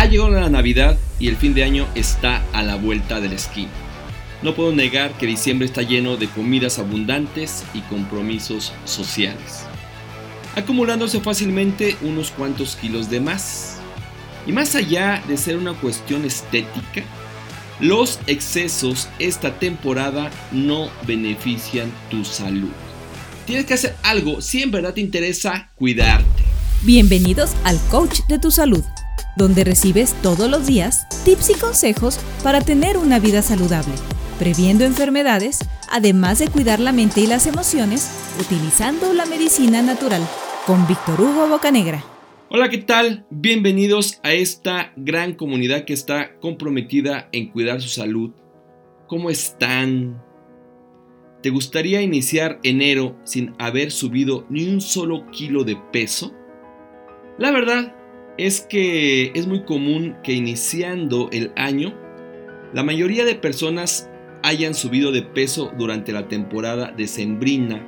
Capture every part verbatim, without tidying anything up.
llegado la Navidad y el fin de año está a la vuelta de la esquina. No puedo negar que diciembre está lleno de comidas abundantes y compromisos sociales, acumulándose fácilmente unos cuantos kilos de más. Y más allá de ser una cuestión estética, los excesos esta temporada no benefician tu salud. Tienes que hacer algo si en verdad te interesa cuidarte. Bienvenidos al Coach de tu Salud, donde recibes todos los días tips y consejos para tener una vida saludable, previendo enfermedades, además de cuidar la mente y las emociones, utilizando la medicina natural, con Víctor Hugo Bocanegra. Hola, ¿qué tal? Bienvenidos a esta gran comunidad que está comprometida en cuidar su salud. ¿Cómo están? ¿Te gustaría iniciar enero sin haber subido ni un solo kilo de peso? La verdad es que es muy común que iniciando el año, la mayoría de personas hayan subido de peso durante la temporada decembrina.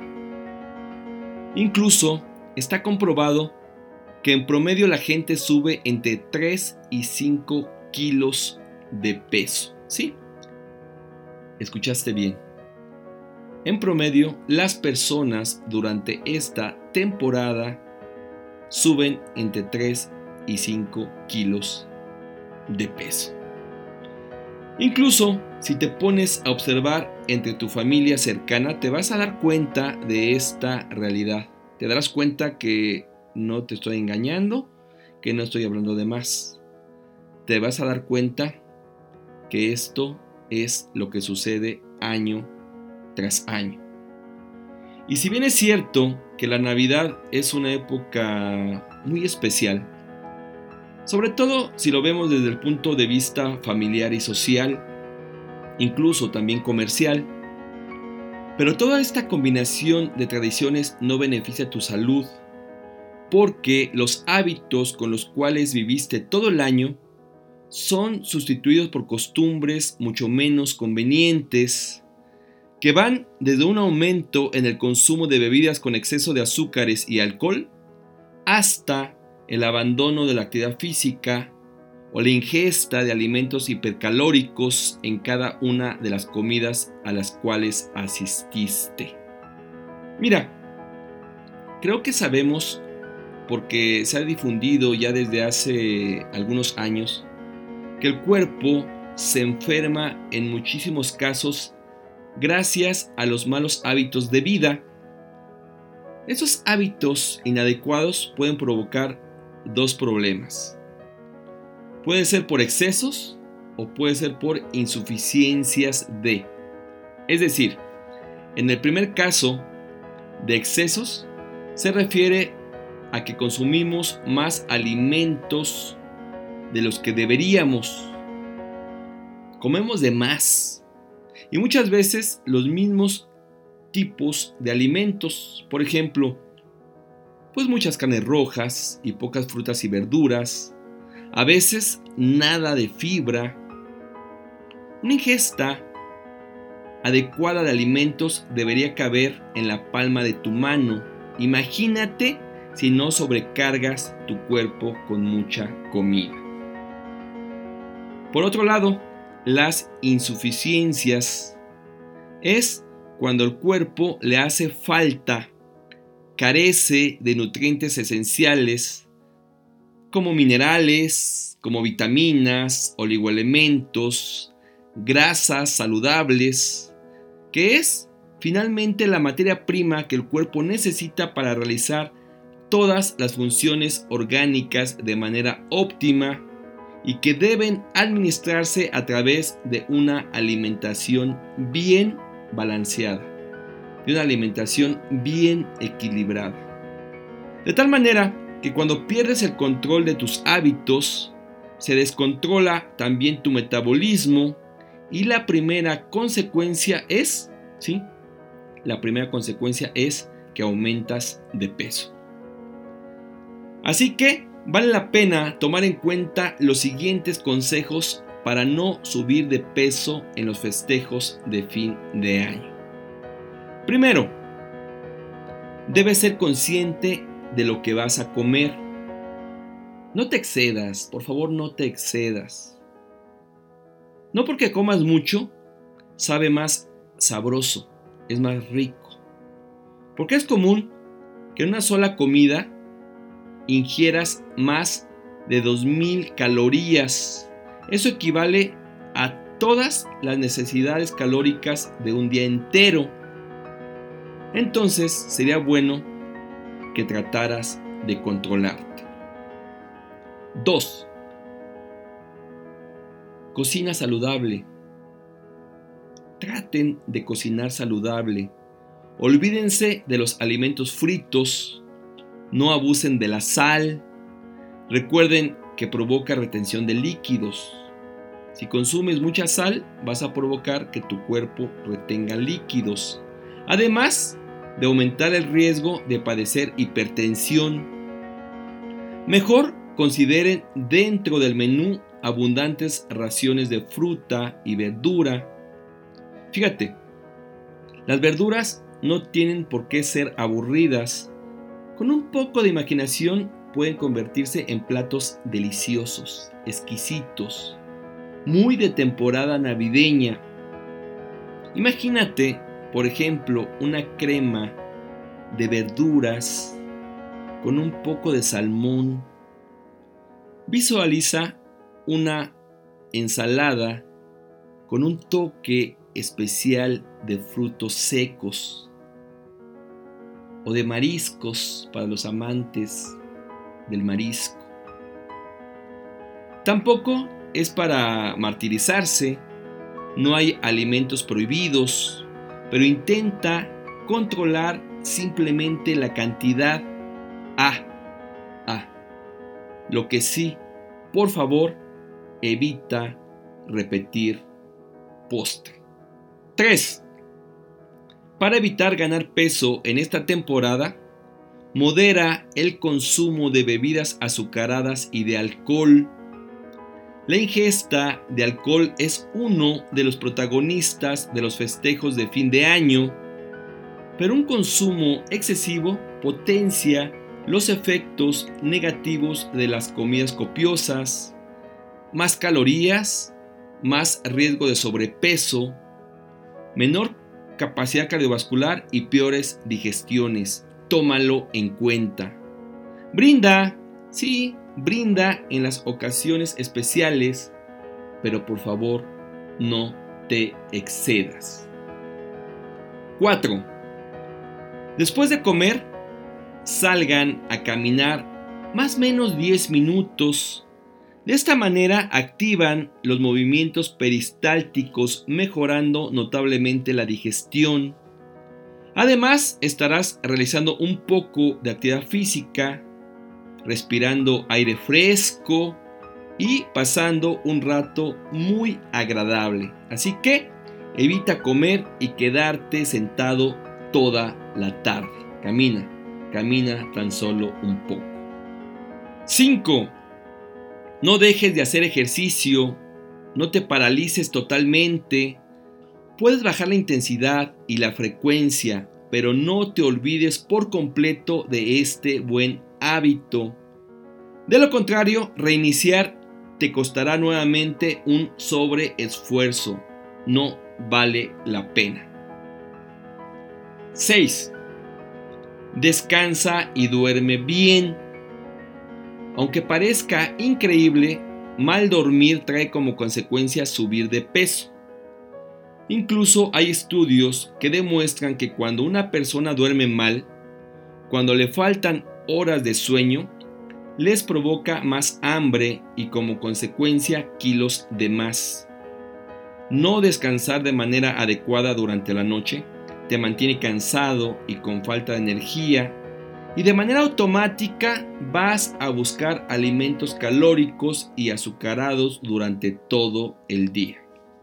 Incluso está comprobado que en promedio la gente sube entre tres y cinco kilos de peso. ¿Sí? Escuchaste bien. En promedio, las personas durante esta temporada suben entre tres y cinco kilos de peso. Incluso si te pones a observar entre tu familia cercana, te vas a dar cuenta de esta realidad. Te darás cuenta que no te estoy engañando, que no estoy hablando de más. Te vas a dar cuenta que esto es lo que sucede año tras año. Y si bien es cierto que la Navidad es una época muy especial, sobre todo si lo vemos desde el punto de vista familiar y social, incluso también comercial, pero toda esta combinación de tradiciones no beneficia tu salud, porque los hábitos con los cuales viviste todo el año son sustituidos por costumbres mucho menos convenientes, que van desde un aumento en el consumo de bebidas con exceso de azúcares y alcohol hasta el abandono de la actividad física o la ingesta de alimentos hipercalóricos en cada una de las comidas a las cuales asististe. Mira, creo que sabemos, porque se ha difundido ya desde hace algunos años, que el cuerpo se enferma en muchísimos casos gracias a los malos hábitos de vida. Esos hábitos inadecuados pueden provocar dos problemas. Puede ser por excesos o puede ser por insuficiencias de. Es decir, en el primer caso de excesos se refiere a que consumimos más alimentos de los que deberíamos. Comemos de más. Y muchas veces los mismos tipos de alimentos. Por ejemplo, pues muchas carnes rojas y pocas frutas y verduras. A veces nada de fibra. Una ingesta adecuada de alimentos debería caber en la palma de tu mano. Imagínate si no sobrecargas tu cuerpo con mucha comida. Por otro lado, las insuficiencias es cuando el cuerpo le hace falta, carece de nutrientes esenciales como minerales, como vitaminas, oligoelementos, grasas saludables, que es finalmente la materia prima que el cuerpo necesita para realizar todas las funciones orgánicas de manera óptima y que deben administrarse a través de una alimentación bien balanceada, de una alimentación bien equilibrada. De tal manera que cuando pierdes el control de tus hábitos, se descontrola también tu metabolismo y la primera consecuencia es, ¿sí? La primera consecuencia es que aumentas de peso. Así que vale la pena tomar en cuenta los siguientes consejos para no subir de peso en los festejos de fin de año. Primero, debes ser consciente de lo que vas a comer. No te excedas, por favor, no te excedas. No porque comas mucho, sabe más sabroso, es más rico. Porque es común que en una sola comida ingieras más de dos mil calorías. Eso equivale a todas las necesidades calóricas de un día entero. Entonces sería bueno que trataras de controlarte. dos. Cocina saludable. Traten de cocinar saludable. Olvídense de los alimentos fritos. No abusen de la sal. Recuerden que provoca retención de líquidos. Si consumes mucha sal, vas a provocar que tu cuerpo retenga líquidos. Además de aumentar el riesgo de padecer hipertensión. Mejor consideren dentro del menú abundantes raciones de fruta y verdura. Fíjate, las verduras no tienen por qué ser aburridas. Con un poco de imaginación pueden convertirse en platos deliciosos, exquisitos, muy de temporada navideña. Imagínate, por ejemplo, una crema de verduras con un poco de salmón. Visualiza una ensalada con un toque especial de frutos secos o de mariscos para los amantes del marisco. Tampoco es para martirizarse, no hay alimentos prohibidos, pero intenta controlar simplemente la cantidad. Ah, ah. Lo que sí, por favor, evita repetir postre. tres. Para evitar ganar peso en esta temporada, modera el consumo de bebidas azucaradas y de alcohol. La ingesta de alcohol es uno de los protagonistas de los festejos de fin de año, pero un consumo excesivo potencia los efectos negativos de las comidas copiosas, más calorías, más riesgo de sobrepeso, menor capacidad cardiovascular y peores digestiones. Tómalo en cuenta. Brinda, sí, brinda en las ocasiones especiales, pero por favor no te excedas. cuatro. Después de comer, salgan a caminar más o menos diez minutos. De esta manera activan los movimientos peristálticos, mejorando notablemente la digestión. Además, estarás realizando un poco de actividad física, respirando aire fresco y pasando un rato muy agradable. Así que evita comer y quedarte sentado toda la tarde. Camina, camina tan solo un poco. cinco. No dejes de hacer ejercicio, no te paralices totalmente. Puedes bajar la intensidad y la frecuencia, pero no te olvides por completo de este buen hábito. De lo contrario, reiniciar te costará nuevamente un sobreesfuerzo. No vale la pena. seis. Descansa y duerme bien. Aunque parezca increíble, mal dormir trae como consecuencia subir de peso. Incluso hay estudios que demuestran que cuando una persona duerme mal, cuando le faltan horas de sueño, les provoca más hambre y como consecuencia kilos de más. No descansar de manera adecuada durante la noche te mantiene cansado y con falta de energía, y de manera automática vas a buscar alimentos calóricos y azucarados durante todo el día.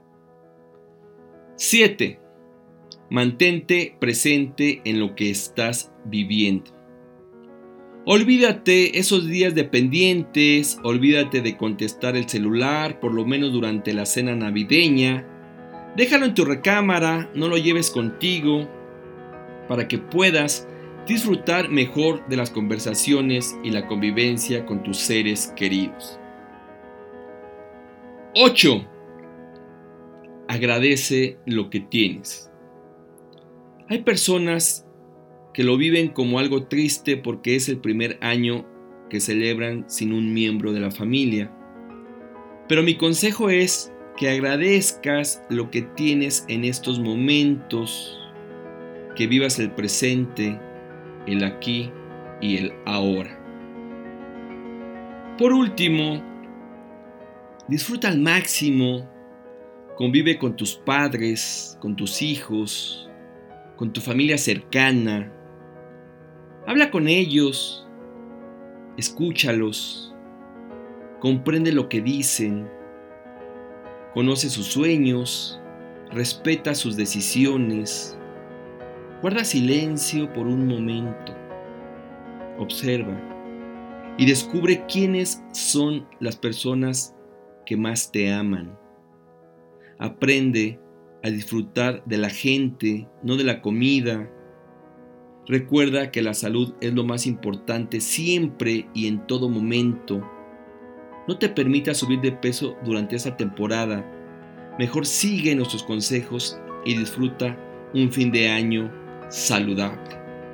siete. Mantente presente en lo que estás viviendo. Olvídate esos días de pendientes, olvídate de contestar el celular, por lo menos durante la cena navideña. Déjalo en tu recámara, no lo lleves contigo, para que puedas disfrutar mejor de las conversaciones y la convivencia con tus seres queridos. ocho. Agradece lo que tienes. Hay personas que lo viven como algo triste porque es el primer año que celebran sin un miembro de la familia. Pero mi consejo es que agradezcas lo que tienes en estos momentos, que vivas el presente, el aquí y el ahora. Por último, disfruta al máximo, convive con tus padres, con tus hijos, con tu familia cercana. Habla con ellos, escúchalos, comprende lo que dicen, conoce sus sueños, respeta sus decisiones, guarda silencio por un momento, observa y descubre quiénes son las personas que más te aman. Aprende a disfrutar de la gente, no de la comida. Recuerda que la salud es lo más importante siempre y en todo momento. No te permitas subir de peso durante esta temporada. Mejor sigue nuestros consejos y disfruta un fin de año saludable.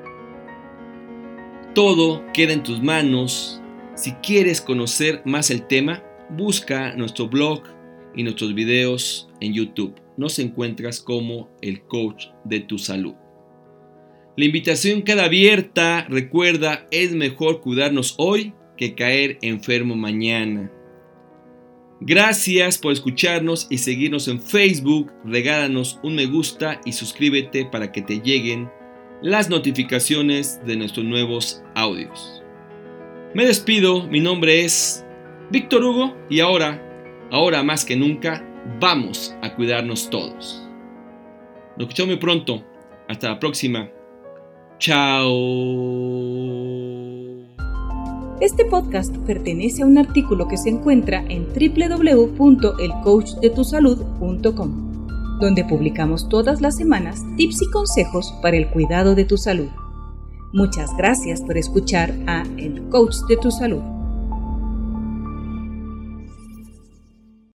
Todo queda en tus manos. Si quieres conocer más el tema, busca nuestro blog y nuestros videos en YouTube. Nos encuentras como el coach de tu salud. La invitación queda abierta. Recuerda, es mejor cuidarnos hoy que caer enfermo mañana. Gracias por escucharnos y seguirnos en Facebook. Regálanos un me gusta y suscríbete para que te lleguen las notificaciones de nuestros nuevos audios. Me despido, mi nombre es Víctor Hugo y ahora, ahora más que nunca, vamos a cuidarnos todos. Nos escuchamos muy pronto. Hasta la próxima. Chao. Este podcast pertenece a un artículo que se encuentra en doble u doble u doble u punto el coach de tu salud punto com, donde publicamos todas las semanas tips y consejos para el cuidado de tu salud. Muchas gracias por escuchar a El Coach de tu Salud.